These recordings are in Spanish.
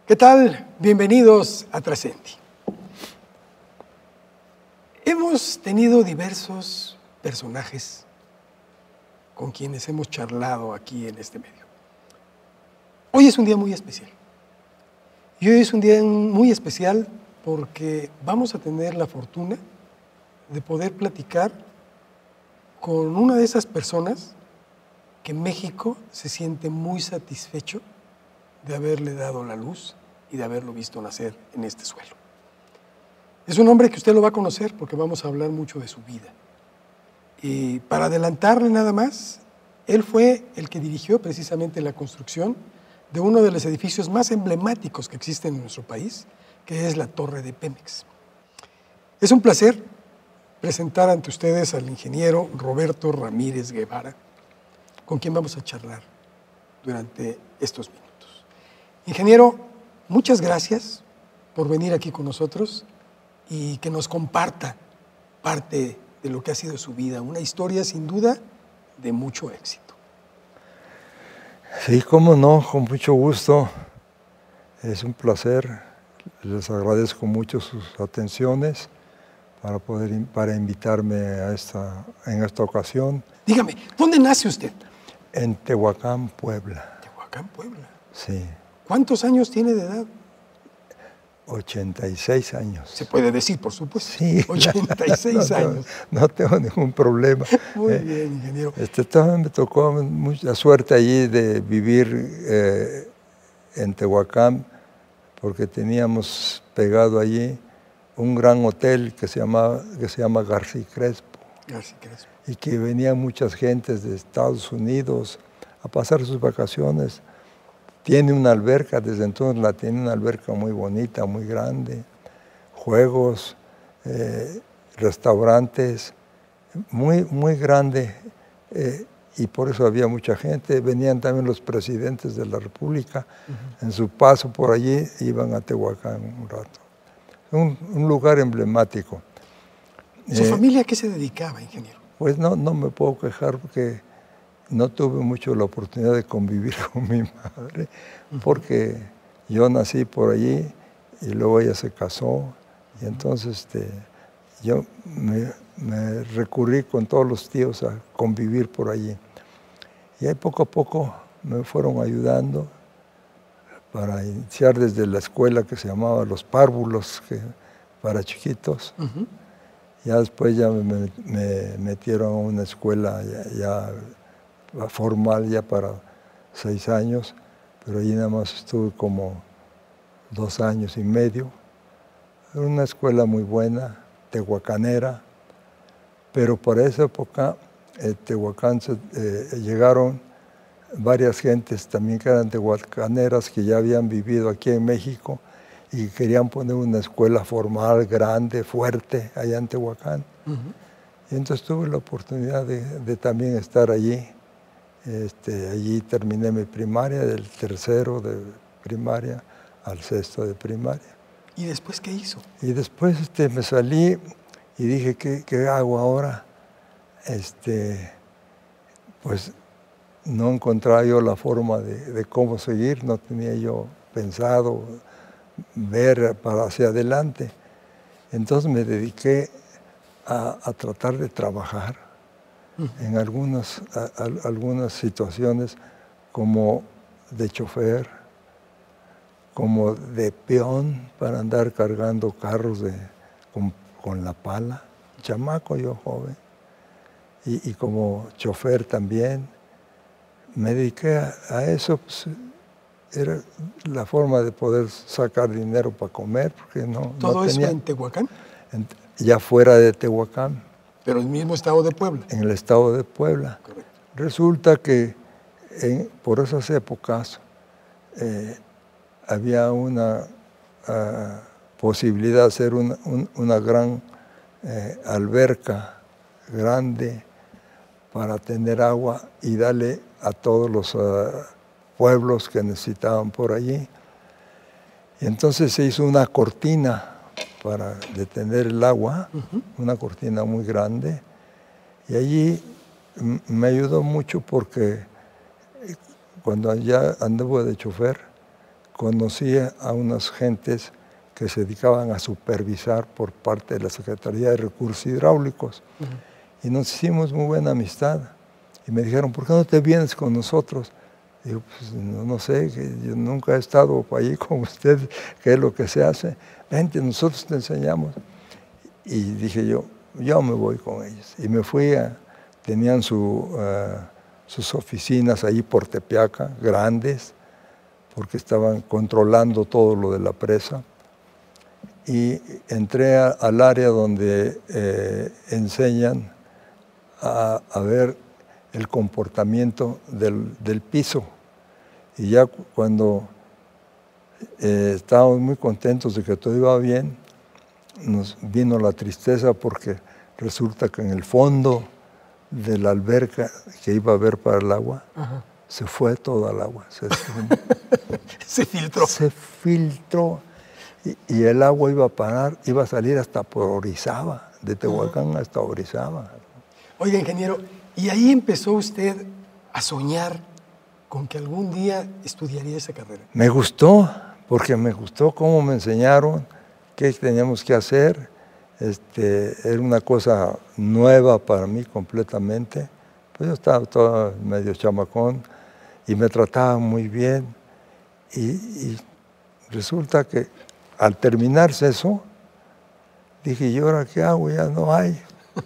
¿Qué tal? Bienvenidos a Trascendi. Hemos tenido diversos personajes con quienes hemos charlado aquí en este medio. Hoy es un día muy especial. Y hoy es un día muy especial porque vamos a tener la fortuna de poder platicar con una de esas personas que México se siente muy satisfecho de haberle dado la luz y de haberlo visto nacer en este suelo. Es un hombre que usted lo va a conocer porque vamos a hablar mucho de su vida. Y para adelantarle nada más, él fue el que dirigió precisamente la construcción de uno de los edificios más emblemáticos que existen en nuestro país, que es la Torre de Pemex. Es un placer presentar ante ustedes al ingeniero Roberto Ramírez Guevara, con quien vamos a charlar durante estos minutos. Ingeniero, muchas gracias por venir aquí con nosotros y que nos comparta parte de lo que ha sido su vida, una historia sin duda de mucho éxito. Sí, cómo no, con mucho gusto. Es un placer. Les agradezco mucho sus atenciones para invitarme en esta ocasión. Dígame, ¿dónde nace usted? En Tehuacán, Puebla. Tehuacán, Puebla. Sí. ¿Cuántos años tiene de edad? 86 años. Se puede decir, por supuesto. Sí. 86 años. No tengo ningún problema. Muy bien, ingeniero. También me tocó mucha suerte allí de vivir en Tehuacán, porque teníamos pegado allí un gran hotel que se llama García Crespo. García Crespo. Y que venían muchas gentes de Estados Unidos a pasar sus vacaciones. Tiene una alberca, desde entonces tiene una alberca muy bonita, muy grande, juegos, restaurantes, muy grande, y por eso había mucha gente. Venían también los presidentes de la República, en su paso por allí iban a Tehuacán un rato. Un lugar emblemático. ¿Su familia a qué se dedicaba, ingeniero? Pues no me puedo quejar porque no tuve mucho la oportunidad de convivir con mi madre, porque yo nací por allí y luego ella se casó, y entonces yo me recurrí con todos los tíos a convivir por allí. Y ahí poco a poco me fueron ayudando para iniciar desde la escuela que se llamaba Los Párvulos, para chiquitos. Ya después ya me metieron a una escuela ya formal, ya para 6 años, pero allí nada más estuve como 2 años y medio. Era una escuela muy buena, tehuacanera, pero para esa época Tehuacán llegaron varias gentes también que eran tehuacaneras, que ya habían vivido aquí en México y querían poner una escuela formal, grande, fuerte, allá en Tehuacán. Y entonces tuve la oportunidad de también estar allí. Allí terminé mi primaria, del 3º de primaria al 6º de primaria. ¿Y después qué hizo? Y después me salí y dije, ¿qué hago ahora? Pues no encontraba yo la forma de cómo seguir, no tenía yo pensado ver para hacia adelante. Entonces me dediqué a tratar de trabajar en algunas situaciones, como de chofer, como de peón para andar cargando carros con la pala, chamaco yo joven, y como chofer también. Me dediqué a eso, pues, era la forma de poder sacar dinero para comer, porque ¿Todo no tenía, eso en Tehuacán? Ya fuera de Tehuacán. Pero en el mismo estado de Puebla. En el estado de Puebla. Correcto. Resulta que por esas épocas había una posibilidad de hacer una gran alberca grande para tener agua y darle a todos los pueblos que necesitaban por allí. Y entonces se hizo una cortina para detener el agua, una cortina muy grande, y allí me ayudó mucho porque cuando ya anduve de chofer, conocí a unas gentes que se dedicaban a supervisar por parte de la Secretaría de Recursos Hidráulicos. Y nos hicimos muy buena amistad. Y me dijeron, ¿por qué no te vienes con nosotros? Digo, pues no sé, que yo nunca he estado allí con usted, qué es lo que se hace. Vente, nosotros te enseñamos. Y dije yo me voy con ellos. Y me fui tenían sus oficinas ahí por Tepeaca, grandes, porque estaban controlando todo lo de la presa. Y entré al área donde enseñan a ver el comportamiento del piso. Y ya cuando estábamos muy contentos de que todo iba bien, nos vino la tristeza porque resulta que en el fondo de la alberca que iba a haber para el agua, se fue toda el agua. Se filtró. Se filtró. Y el agua iba a parar, iba a salir hasta por Orizaba, de Tehuacán hasta Orizaba. Oiga, ingeniero, y ahí empezó usted a soñar con que algún día estudiaría esa carrera. Me gustó, porque me gustó cómo me enseñaron, qué teníamos que hacer. Era una cosa nueva para mí completamente. Pues yo estaba todo medio chamacón y me trataban muy bien. Y resulta que al terminarse eso, dije, ¿y ahora qué hago? Ya no hay.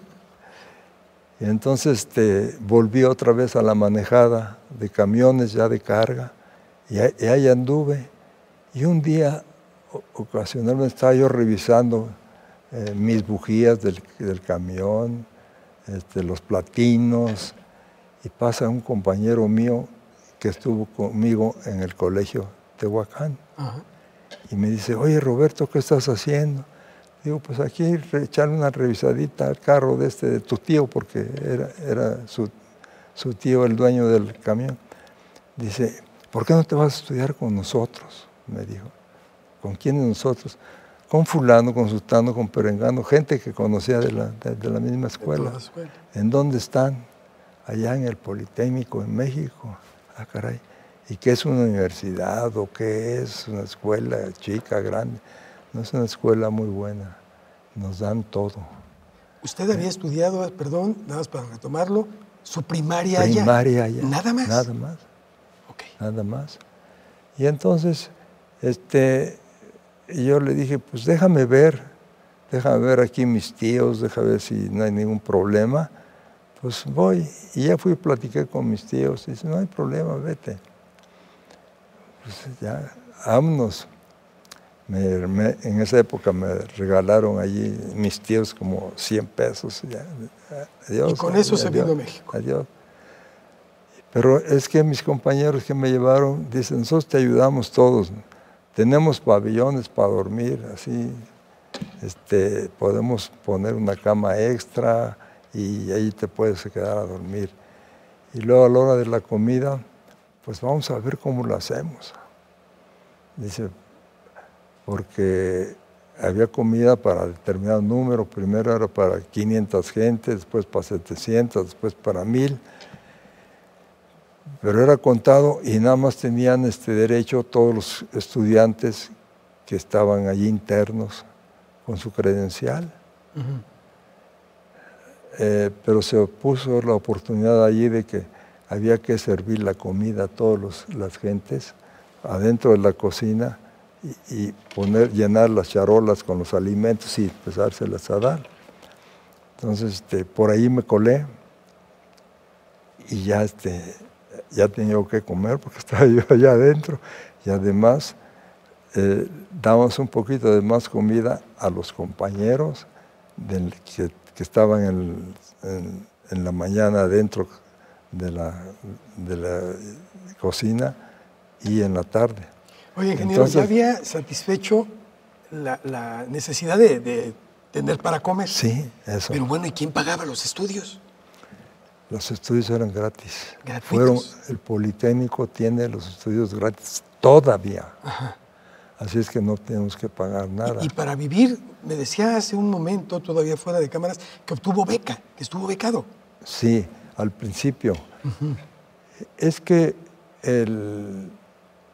Y entonces volví otra vez a la manejada de camiones ya de carga y ahí anduve. Y un día, ocasionalmente, estaba yo revisando mis bujías del camión, los platinos, y pasa un compañero mío que estuvo conmigo en el colegio Tehuacán. Y me dice, oye, Roberto, ¿qué estás haciendo? Digo, pues aquí echarle una revisadita al carro de tu tío, porque era su tío el dueño del camión. Dice, ¿por qué no te vas a estudiar con nosotros? Me dijo. ¿Con quiénes nosotros? Con fulano, con sultano, con perengano, gente que conocía de la misma escuela. ¿En dónde están? Allá en el Politécnico, en México. Ah, caray. ¿Y qué es una universidad o qué es una escuela chica, grande? No es una escuela muy buena. Nos dan todo. ¿Usted había estudiado, perdón, nada más para retomarlo, su primaria allá? Primaria allá. ¿Nada más? Nada más. Okay. Nada más. Y entonces, yo le dije, pues déjame ver aquí mis tíos, déjame ver si no hay ningún problema. Pues voy. Y ya fui y platiqué con mis tíos. Dice, no hay problema, vete. Pues ya, vámonos. En esa época me regalaron allí mis tíos como 100 pesos. Ya, adiós. Y con eso se vino a México. Adiós. Pero es que mis compañeros que me llevaron dicen, nosotros te ayudamos todos. Tenemos pabellones para dormir, así. Podemos poner una cama extra y ahí te puedes quedar a dormir. Y luego a la hora de la comida, pues vamos a ver cómo lo hacemos. Dice, porque había comida para determinado número, primero era para 500 gentes, después para 700, después para 1000, pero era contado y nada más tenían derecho todos los estudiantes que estaban allí internos con su credencial. Pero se opuso la oportunidad allí de que había que servir la comida a todas las gentes adentro de la cocina y llenar las charolas con los alimentos y empezárselas a dar. Entonces, por ahí me colé y ya tenía que comer porque estaba yo allá adentro. Y además, dábamos un poquito de más comida a los compañeros que estaban en la mañana dentro de la cocina y en la tarde. Oye, ingeniero, ¿ya había satisfecho la necesidad de tener para comer? Sí, eso. Pero bueno, ¿y quién pagaba los estudios? Los estudios eran gratis. ¿Gratuitos? El Politécnico tiene los estudios gratis todavía. Ajá. Así es que no tenemos que pagar nada. Y para vivir, me decía hace un momento, todavía fuera de cámaras, que obtuvo beca, que estuvo becado. Sí, al principio. Es que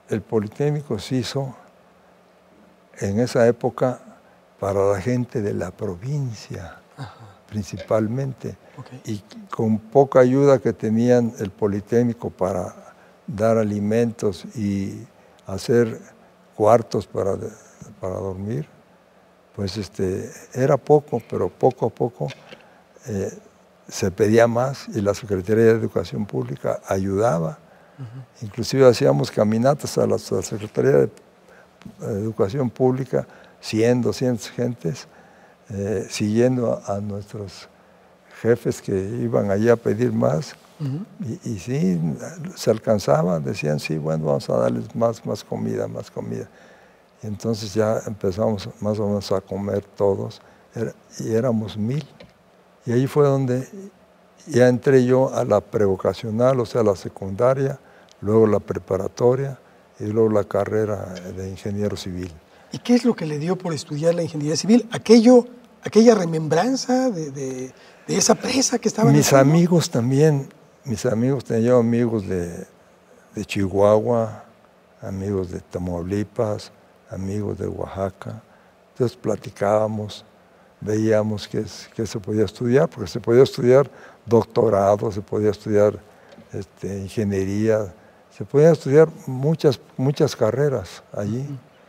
el Politécnico se hizo en esa época para la gente de la provincia, principalmente, y con poca ayuda que tenían el Politécnico para dar alimentos y hacer cuartos para dormir, pues era poco, pero poco a poco se pedía más y la Secretaría de Educación Pública ayudaba. Inclusive hacíamos caminatas a la Secretaría de Educación Pública, 100, 200 gentes, siguiendo a nuestros jefes que iban allí a pedir más. Y sí, se alcanzaba, decían, sí, bueno, vamos a darles más comida, más comida. Y entonces ya empezamos más o menos a comer todos, y éramos 1000. Y ahí fue donde ya entré yo a la prevocacional, o sea, la secundaria, luego la preparatoria y luego la carrera de ingeniero civil. ¿Y qué es lo que le dio por estudiar la ingeniería civil? Aquella remembranza de esa presa que estaban Mis haciendo. amigos también, tenía yo amigos de Chihuahua, amigos de Tamaulipas, amigos de Oaxaca. Entonces platicábamos, veíamos que se podía estudiar, porque se podía estudiar doctorado, se podía estudiar ingeniería, se podían estudiar muchas carreras allí.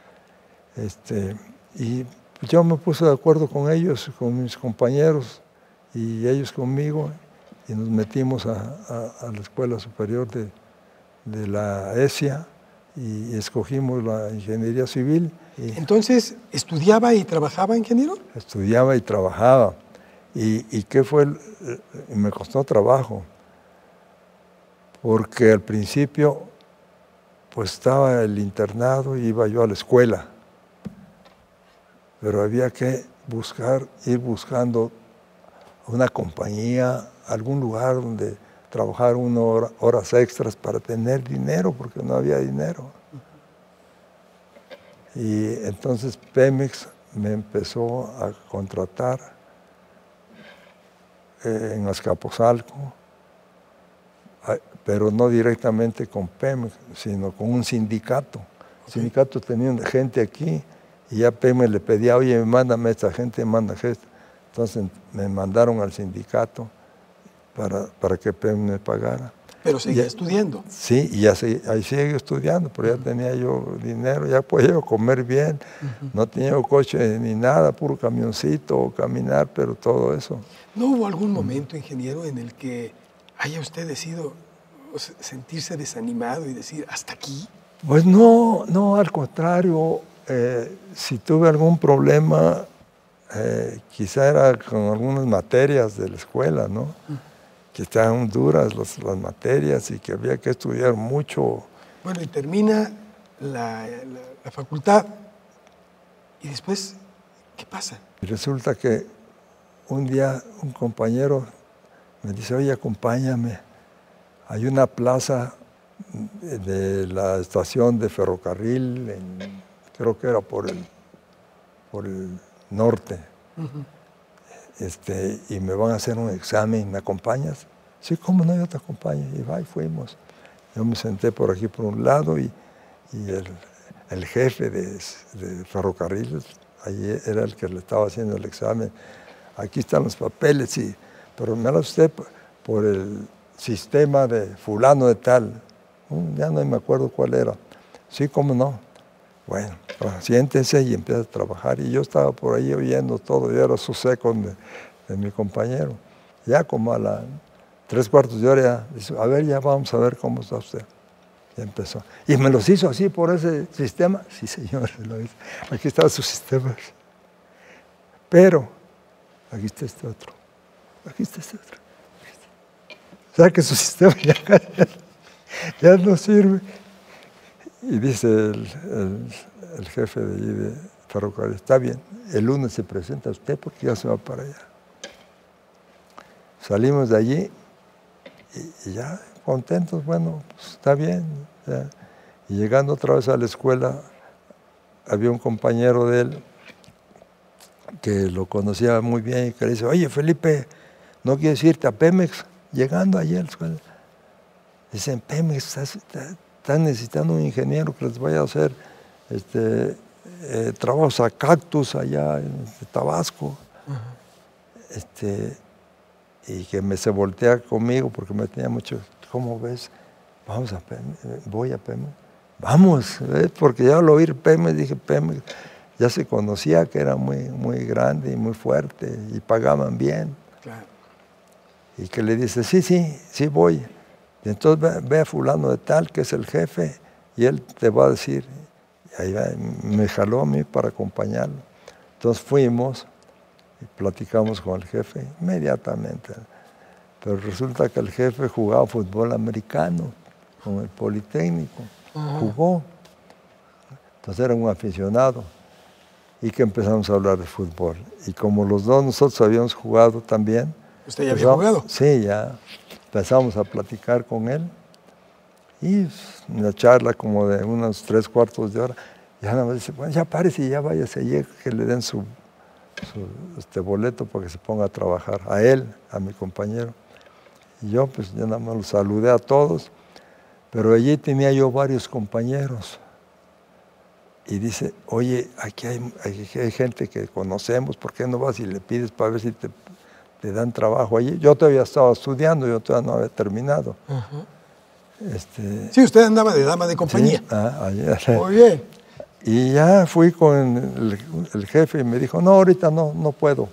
Y yo me puse de acuerdo con ellos, con mis compañeros y ellos conmigo, y nos metimos a la Escuela Superior de la ESIA y escogimos la ingeniería civil. Entonces, ¿estudiaba y trabajaba, ingeniero? Estudiaba y trabajaba. ¿Y qué fue? Me costó trabajo, porque al principio pues estaba el internado y iba yo a la escuela, pero había que ir buscando una compañía, algún lugar donde trabajar horas extras para tener dinero, porque no había dinero. Y entonces Pemex me empezó a contratar en Azcapotzalco, pero no directamente con Pemex, sino con un sindicato. El sindicato tenía gente aquí y ya Pemex le pedía, oye, mándame esta gente, manda gente. Entonces me mandaron al sindicato para que Pemex me pagara. Pero seguía estudiando. Sí, y ahí sigue estudiando, pero ya tenía yo dinero, ya podía yo comer bien, no tenía yo coche ni nada, puro camioncito, caminar, pero todo eso. ¿No hubo algún momento, ingeniero, en el que haya usted decidido sentirse desanimado y decir, ¿hasta aquí? Pues no, al contrario, si tuve algún problema, quizá era con algunas materias de la escuela, ¿no? Que estaban duras las materias y que había que estudiar mucho. Bueno, y termina la facultad, y después, ¿qué pasa? Y resulta que un día un compañero me dice, oye, acompáñame, hay una plaza de la estación de ferrocarril, creo que era por el norte, y me van a hacer un examen, ¿me acompañas? Sí, cómo no, yo te acompaño. Y fuimos. Yo me senté por aquí por un lado y el jefe de ferrocarriles, allí era el que le estaba haciendo el examen. Aquí están los papeles, pero me lo usted por el sistema de fulano de tal. Ya no me acuerdo cuál era. Sí, cómo no. Bueno, siéntense y empieza a trabajar. Y yo estaba por ahí oyendo todo, yo era su seco de mi compañero. Ya como a las 3/4 de hora, ya dice, a ver, ya vamos a ver cómo está usted. Y empezó. Y me los hizo así por ese sistema. Sí, señor, lo hizo. Aquí está su sistema. Pero, aquí está este otro. Aquí está este otro. O sea que su sistema ya no sirve. Y dice el jefe de allí de ferrocarril, está bien, el lunes se presenta usted porque ya se va para allá. Salimos de allí y ya contentos, bueno, pues está bien. Ya. Y llegando otra vez a la escuela, había un compañero de él que lo conocía muy bien y que le dice, oye, Felipe, ¿no quieres irte a Pemex? Llegando allí a la escuela. Dicen, Pemex, están necesitando un ingeniero que les vaya a hacer trabajos a cactus allá en Tabasco. Y que se voltea conmigo porque me tenía mucho, ¿cómo ves? Vamos a Pemex, voy a Pemex. Vamos, porque ya al oír Pemex, dije Pemex, ya se conocía que era muy, muy grande y muy fuerte y pagaban bien. Claro. Y que le dice, sí voy. Y entonces ve a fulano de tal, que es el jefe, y él te va a decir. Y ahí me jaló a mí para acompañarlo. Entonces fuimos y platicamos con el jefe inmediatamente. Pero resulta que el jefe jugaba fútbol americano con el Politécnico. Jugó. Entonces era un aficionado. Y que empezamos a hablar de fútbol. Y como los dos nosotros habíamos jugado también. ¿Usted ya había jugado? Sí, ya empezamos a platicar con él. Y una charla como de unos 3/4 de hora. Ya nada más dice, bueno, ya párese y ya váyase allí, que le den su boleto para que se ponga a trabajar. A él, a mi compañero. Y yo pues ya nada más los saludé a todos. Pero allí tenía yo varios compañeros. Y dice, oye, aquí hay gente que conocemos, ¿por qué no vas y le pides para ver si te dan trabajo allí? Yo todavía estaba estudiando, yo todavía no había terminado. Sí, usted andaba de dama de compañía. Sí, muy bien. Y ya fui con el jefe y me dijo, no, ahorita no puedo.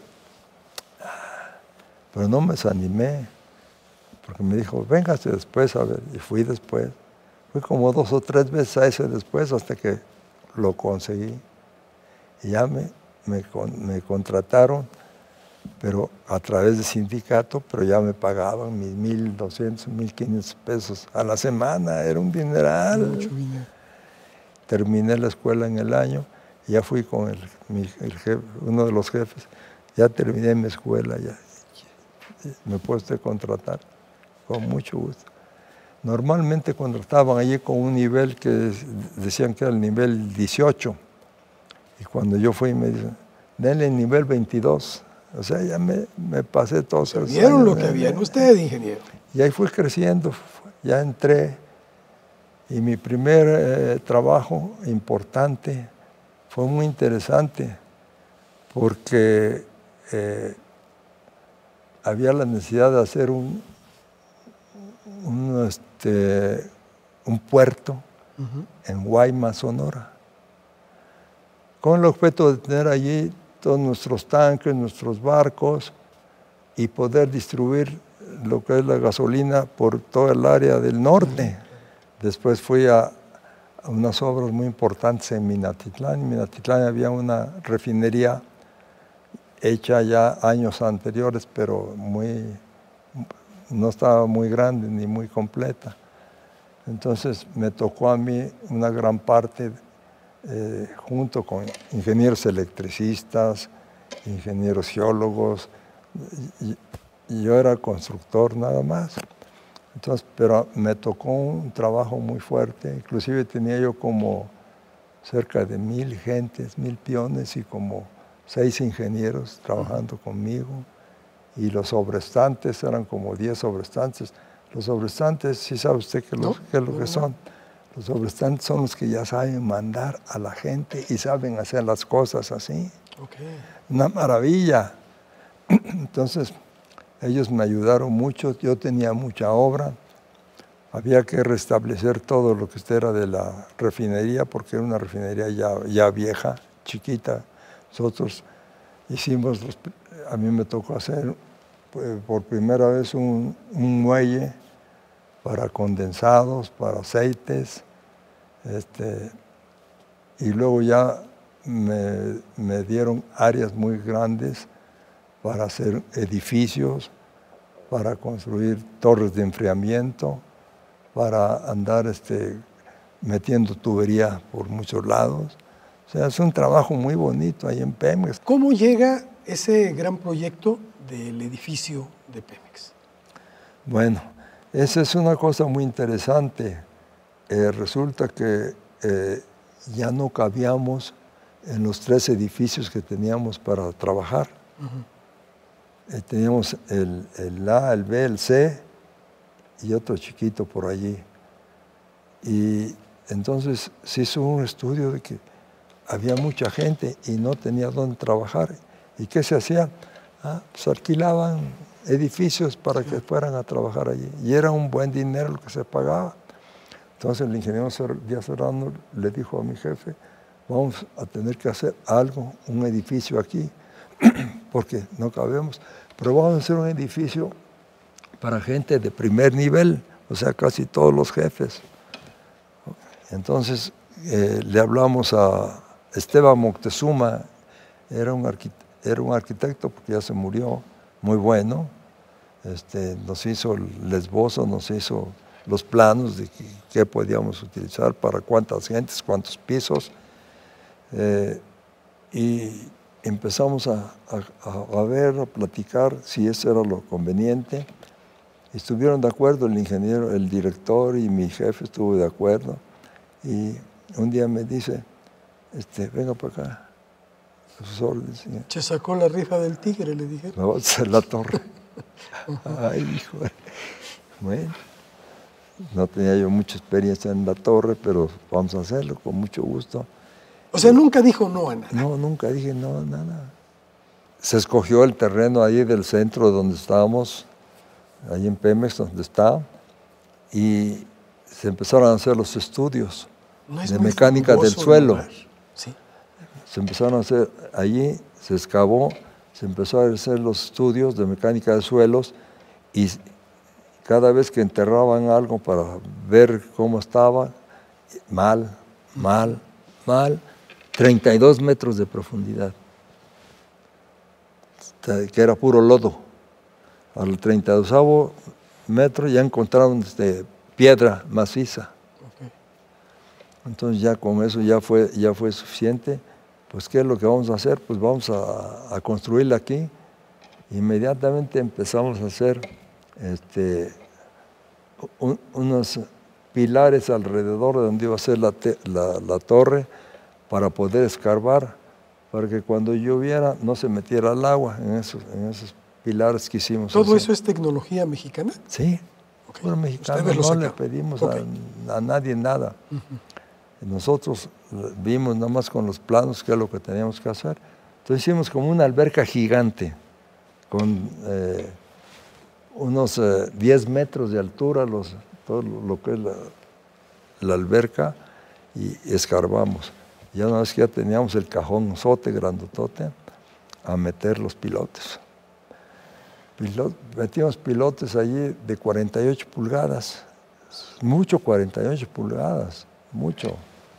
Pero no me desanimé, porque me dijo, véngase después a ver. Y fui después. Fui como 2 o 3 veces a ese después hasta que lo conseguí. Y ya me contrataron, pero a través del sindicato, pero ya me pagaban mis 1,200, 1,500 pesos a la semana, era un dineral. Mucho dinero. Terminé la escuela en el año, y ya fui con el jefe, uno de los jefes, ya terminé mi escuela, ya me puede usted contratar, con mucho gusto. Normalmente contrataban allí con un nivel que decían que era el nivel 18. Y cuando yo fui me dicen, denle el nivel 22. O sea, ya me pasé todos esos años. ¿Vieron lo que había en usted, ingeniero? Y ahí fui creciendo, ya entré. Y mi primer trabajo importante fue muy interesante porque había la necesidad de hacer un puerto en Guaymas, Sonora, con el objeto de tener allí todos nuestros tanques, nuestros barcos y poder distribuir lo que es la gasolina por toda el área del norte. Después fui a unas obras muy importantes en Minatitlán. En Minatitlán había una refinería hecha ya años anteriores, pero no estaba muy grande ni muy completa. Entonces me tocó a mí una gran parte, junto con ingenieros electricistas, ingenieros geólogos. Yo era constructor nada más. Entonces, pero me tocó un trabajo muy fuerte. Inclusive tenía yo como cerca de 1,000 gentes, 1,000 peones y como 6 ingenieros trabajando conmigo. Y los sobrestantes eran como 10 sobrestantes. Los sobrestantes, ¿sí sabe usted qué es lo que son? Los sobrestantes son los que ya saben mandar a la gente y saben hacer las cosas así. Okay. Una maravilla. Entonces, ellos me ayudaron mucho. Yo tenía mucha obra. Había que restablecer todo lo que era de la refinería, porque era una refinería ya vieja, chiquita. Nosotros hicimos, a mí me tocó hacer por primera vez un muelle para condensados, para aceites, y luego ya me dieron áreas muy grandes para hacer edificios, para construir torres de enfriamiento, para andar metiendo tubería por muchos lados. O sea, es un trabajo muy bonito ahí en Pemex. ¿Cómo llega ese gran proyecto del edificio de Pemex? Bueno, esa es una cosa muy interesante. Resulta que ya no cabíamos en los 3 edificios que teníamos para trabajar. Teníamos el A, el B, el C y otro chiquito por allí. Y entonces se hizo un estudio de que había mucha gente y no tenía dónde trabajar. ¿Y qué se hacía? Pues alquilaban edificios para que fueran a trabajar allí. Y era un buen dinero el que se pagaba. Entonces el ingeniero Díaz Serrano le dijo a mi jefe, vamos a tener que hacer algo, un edificio aquí, porque no cabemos, pero vamos a hacer un edificio para gente de primer nivel, o sea, casi todos los jefes. Entonces le hablamos a Esteban Moctezuma, era un arquitecto porque ya se murió, muy bueno. Nos hizo el esbozo, nos hizo los planos de qué podíamos utilizar, para cuántas gentes, cuántos pisos. Y empezamos a ver, a platicar si eso era lo conveniente. Estuvieron de acuerdo el ingeniero, el director y mi jefe estuvo de acuerdo. Y un día me dice, venga para acá, a sus órdenes. Se sacó la rifa del tigre, le dije. Me voy a hacer la torre. Ay, hijo. Bueno, no tenía yo mucha experiencia en la torre, pero vamos a hacerlo con mucho gusto. O sea, nunca dijo no a nada. No, nunca dije no a nada. Se escogió el terreno ahí del centro donde estábamos, ahí en Pemex, donde está, y se empezaron a hacer los estudios de mecánica del suelo. Sí. Se empezaron a hacer, allí se excavó, se empezó a hacer los estudios de mecánica de suelos y cada vez que enterraban algo para ver cómo estaba, mal, 32 metros de profundidad, que era puro lodo. Al 32º metro ya encontraron piedra maciza. Okay. Entonces ya con eso ya fue suficiente. Pues ¿qué es lo que vamos a hacer? Pues vamos a construirla aquí. Inmediatamente empezamos a hacer unos pilares alrededor de donde iba a ser la torre para poder escarbar, para que cuando lloviera no se metiera el agua en esos pilares que hicimos. ¿Todo eso es tecnología mexicana? Sí, puro mexicano, no le pedimos a nadie nada. Nosotros vimos nada más con los planos qué es lo que teníamos que hacer. Entonces hicimos como una alberca gigante, con unos 10 metros de altura, todo lo que es la alberca, y escarbamos. Ya una vez que ya teníamos el cajonzote grandotote, a meter los pilotes. Metimos pilotes allí de 48 pulgadas, mucho 48 pulgadas, mucho.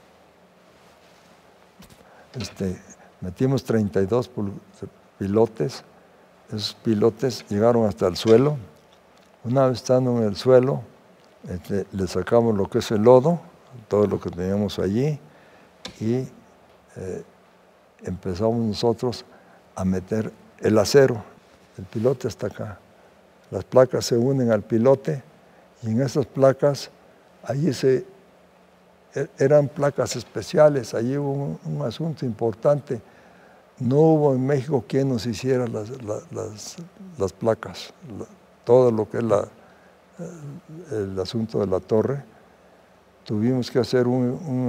Metimos 32 pilotes, esos pilotes llegaron hasta el suelo. Una vez estando en el suelo, le sacamos lo que es el lodo, todo lo que teníamos allí, y empezamos nosotros a meter el acero. El pilote está acá. Las placas se unen al pilote y en esas placas, allí eran placas especiales, allí hubo un asunto importante. No hubo en México quien nos hiciera las placas, todo lo que es el asunto de la torre. Tuvimos que hacer un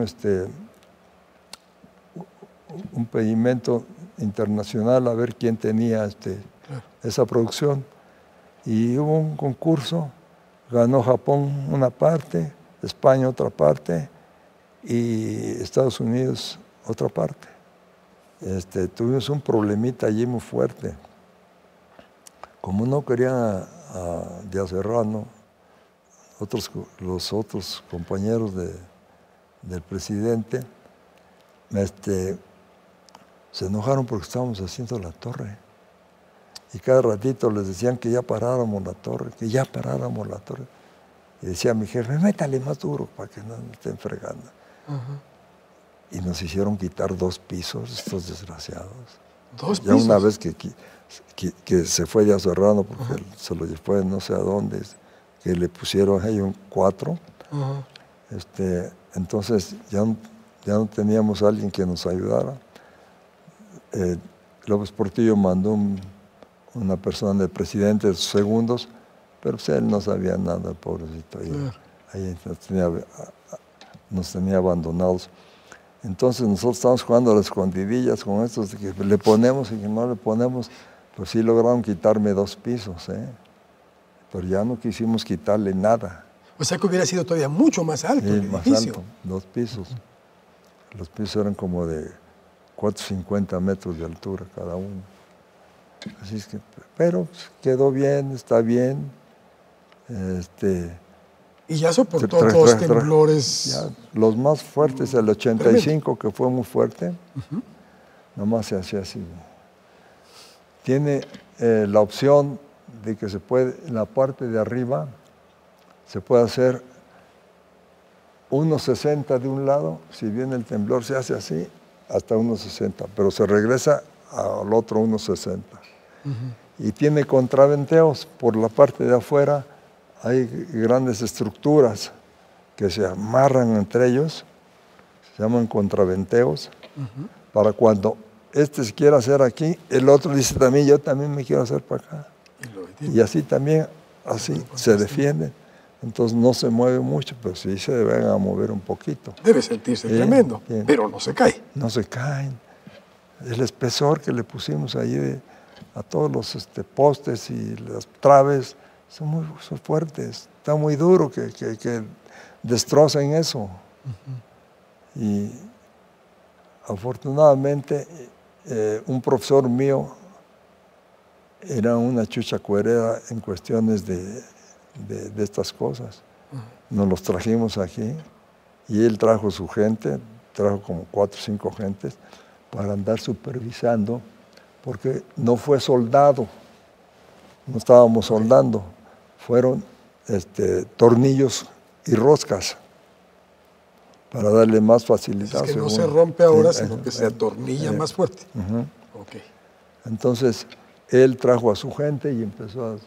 pedimento internacional a ver quién tenía esa producción. Y hubo un concurso, ganó Japón una parte, España otra parte y Estados Unidos otra parte. Tuvimos un problemita allí muy fuerte. Como no querían a Díaz Serrano, los otros compañeros del presidente, se enojaron porque estábamos haciendo la torre. Y cada ratito les decían que ya paráramos la torre, que ya paráramos la torre. Y decía mi jefe, métale más duro para que no estén fregando. Y nos hicieron quitar 2 pisos, estos desgraciados. ¿2 ya pisos? Una vez que se fue Díaz Serrano, porque se lo fue no sé a dónde, que le pusieron ahí un 4. Entonces ya no teníamos a alguien que nos ayudara. López Portillo mandó una persona del presidente de sus segundos, pero pues él no sabía nada, pobrecito. Ahí tenía nos tenía abandonados. Entonces nosotros estábamos jugando a las escondidillas con estos que le ponemos y que no le ponemos, pues sí lograron quitarme 2 pisos, pero ya no quisimos quitarle nada. O sea que hubiera sido todavía mucho más alto Sí, el más edificio. alto, 2 pisos. Los pisos eran como de 450 metros de altura cada uno. Así es que, pero pues, quedó bien, está bien. Y ya soportó 2 temblores. Ya, los más fuertes, el 85, que fue muy fuerte, nomás se hacía así. Tiene la opción de que se puede, en la parte de arriba, se puede hacer 1.60 de un lado, si viene el temblor se hace así, hasta 1.60, pero se regresa al otro 1.60. Y tiene contraventeos por la parte de afuera. Hay grandes estructuras que se amarran entre ellos, se llaman contraventeos, para cuando este se quiera hacer aquí, el otro dice también, yo también me quiero hacer para acá. Y así también, así se defienden. Entonces no se mueve mucho, pero sí se deben a mover un poquito. Debe sentirse tremendo, pero no se cae. No se caen. El espesor que le pusimos ahí a todos los postes y las traves, son fuertes, está muy duro que destrozan eso. Y afortunadamente un profesor mío era una chucha cuerera en cuestiones de estas cosas. Nos los trajimos aquí y él trajo su gente, trajo como 4 o 5 gentes para andar supervisando, porque no fue soldado, no estábamos soldando, fueron tornillos y roscas para darle más facilidad. Es que no se rompe ahora, sino que se atornilla más fuerte. Okay. Entonces, él trajo a su gente y empezó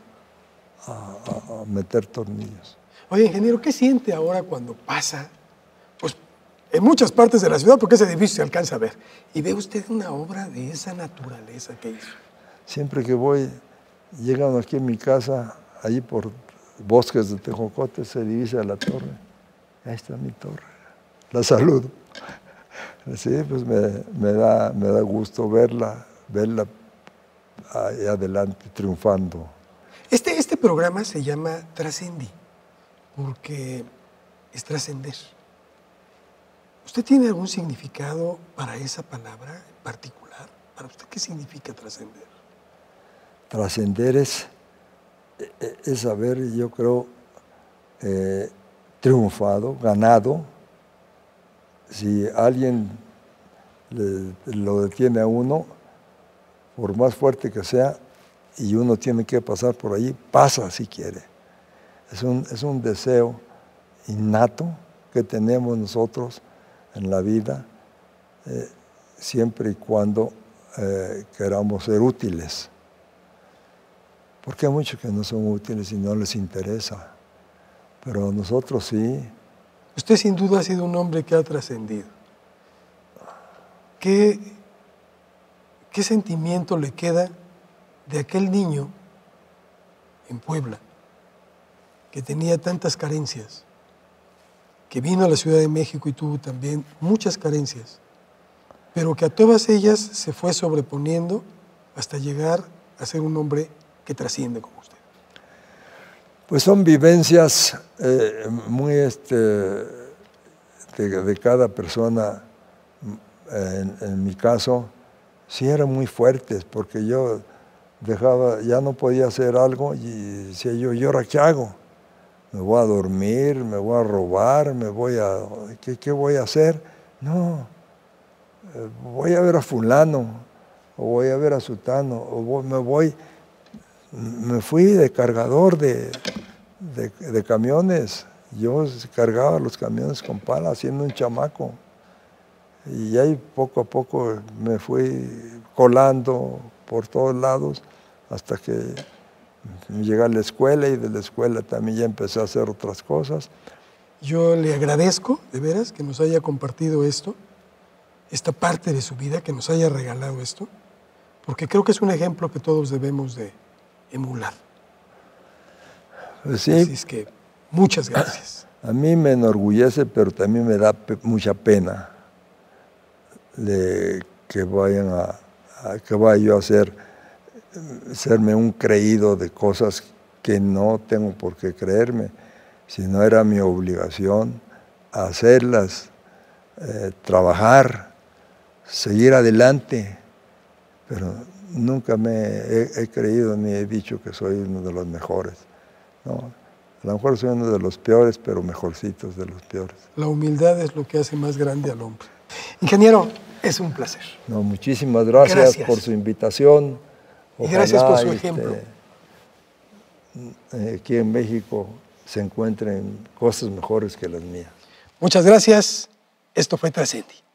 a meter tornillos. Oye, ingeniero, ¿qué siente ahora cuando pasa, pues, en muchas partes de la ciudad, porque ese edificio se alcanza a ver, y ve usted una obra de esa naturaleza que hizo? Siempre que voy, llegando aquí en mi casa, allí por bosques de tejocotes, se divisa la torre. Ahí está mi torre. La saludo. Sí, pues me da gusto verla ahí adelante, triunfando. Este programa se llama Trascendí, porque es trascender. ¿Usted tiene algún significado para esa palabra en particular? ¿Para usted qué significa trascender? Trascender es haber, yo creo, triunfado, ganado. Si alguien lo detiene a uno, por más fuerte que sea, y uno tiene que pasar por allí, pasa si quiere. Es un deseo innato que tenemos nosotros en la vida, siempre y cuando queramos ser útiles. Porque hay muchos que no son útiles y no les interesa, pero nosotros sí. Usted sin duda ha sido un hombre que ha trascendido. ¿Qué sentimiento le queda de aquel niño en Puebla que tenía tantas carencias, que vino a la Ciudad de México y tuvo también muchas carencias, pero que a todas ellas se fue sobreponiendo hasta llegar a ser un hombre que trasciende como usted? Pues son vivencias muy de cada persona. En mi caso, sí eran muy fuertes, porque yo ya no podía hacer algo y decía yo, ¿y ahora qué hago? ¿Me voy a dormir? ¿Me voy a robar? ¿Qué voy a hacer? No, voy a ver a fulano, o voy a ver a sutano, o me fui de cargador de camiones. Yo cargaba los camiones con pala, haciendo un chamaco. Y ahí poco a poco me fui colando por todos lados hasta que llegué a la escuela, y de la escuela también ya empecé a hacer otras cosas. Yo le agradezco, de veras, que nos haya compartido esto, esta parte de su vida, que nos haya regalado esto, porque creo que es un ejemplo que todos debemos de emular. Pues sí. Así es que muchas gracias. A mí me enorgullece, pero también me da mucha pena de que que vaya yo a serme un creído de cosas que no tengo por qué creerme, sino era mi obligación hacerlas, trabajar, seguir adelante, pero nunca he creído ni he dicho que soy uno de los mejores, ¿no? A lo mejor soy uno de los peores, pero mejorcitos de los peores. La humildad es lo que hace más grande al hombre. Ingeniero, es un placer. No, muchísimas gracias por su invitación. Y gracias por su ejemplo. Aquí en México se encuentren cosas mejores que las mías. Muchas gracias. Esto fue Trascendi.